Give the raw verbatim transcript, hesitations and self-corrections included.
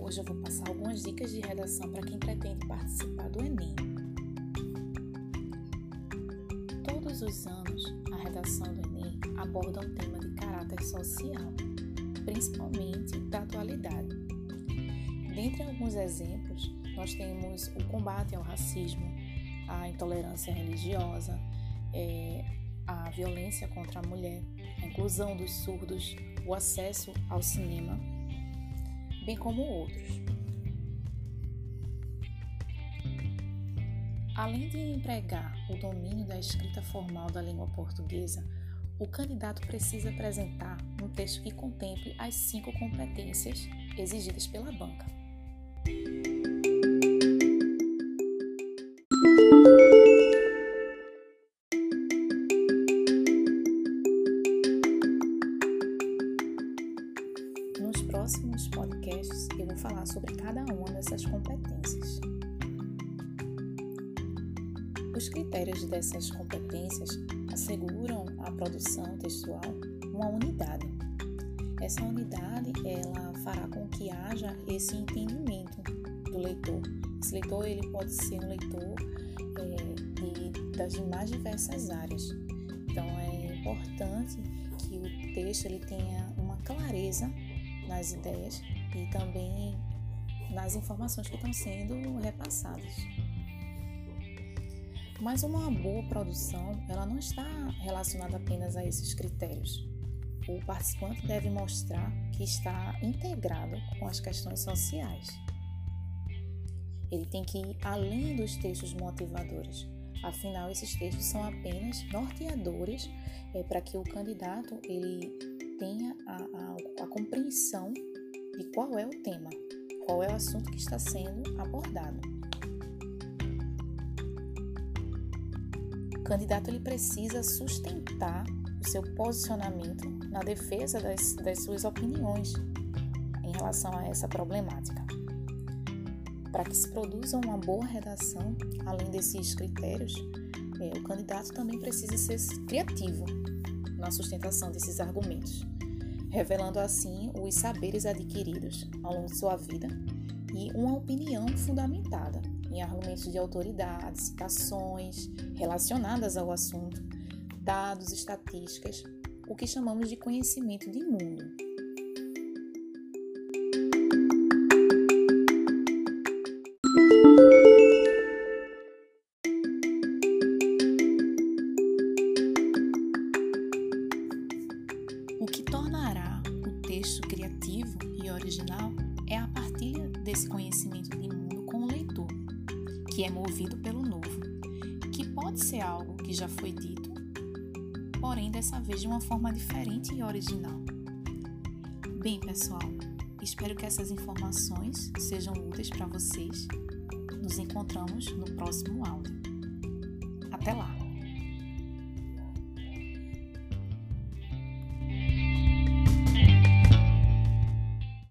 Hoje eu vou passar algumas dicas de redação para quem pretende participar do Enem. Todos os anos, a redação do Enem aborda um tema de caráter social, principalmente da atualidade. Dentre alguns exemplos, nós temos o combate ao racismo, a intolerância religiosa, é, a violência contra a mulher, a inclusão dos surdos, o acesso ao cinema, bem como outros. Além de empregar o domínio da escrita formal da língua portuguesa, o candidato precisa apresentar um texto que contemple as cinco competências exigidas pela banca. Nos próximos podcasts, eu vou falar sobre cada uma dessas competências. Os critérios dessas competências asseguram à produção textual uma unidade. Essa unidade, ela fará com que haja esse entendimento do leitor. Esse leitor, ele pode ser um leitor é, de, das mais diversas áreas. Então, é importante que o texto ele tenha uma clareza nas ideias e também nas informações que estão sendo repassadas. Mas uma boa produção, ela não está relacionada apenas a esses critérios. O participante deve mostrar que está integrado com as questões sociais. Ele tem que ir além dos textos motivadores. Afinal, esses textos são apenas norteadores é, para que o candidato ele tenha a, a, a compreensão de qual é o tema, qual é o assunto que está sendo abordado. O candidato ele precisa sustentar o seu posicionamento na defesa das, das suas opiniões em relação a essa problemática. Para que se produza uma boa redação, além desses critérios, é, o candidato também precisa ser criativo na sustentação desses argumentos, revelando assim os saberes adquiridos ao longo de sua vida e uma opinião fundamentada em argumentos de autoridade, citações relacionadas ao assunto, dados, estatísticas, o que chamamos de conhecimento de mundo. O que tornará o texto criativo e original é a partilha desse conhecimento de mundo com o leitor, que é movido pelo novo, que pode ser algo que já foi dito, porém dessa vez de uma forma diferente e original. Bem, pessoal, espero que essas informações sejam úteis para vocês. Nos encontramos no próximo áudio. Até lá!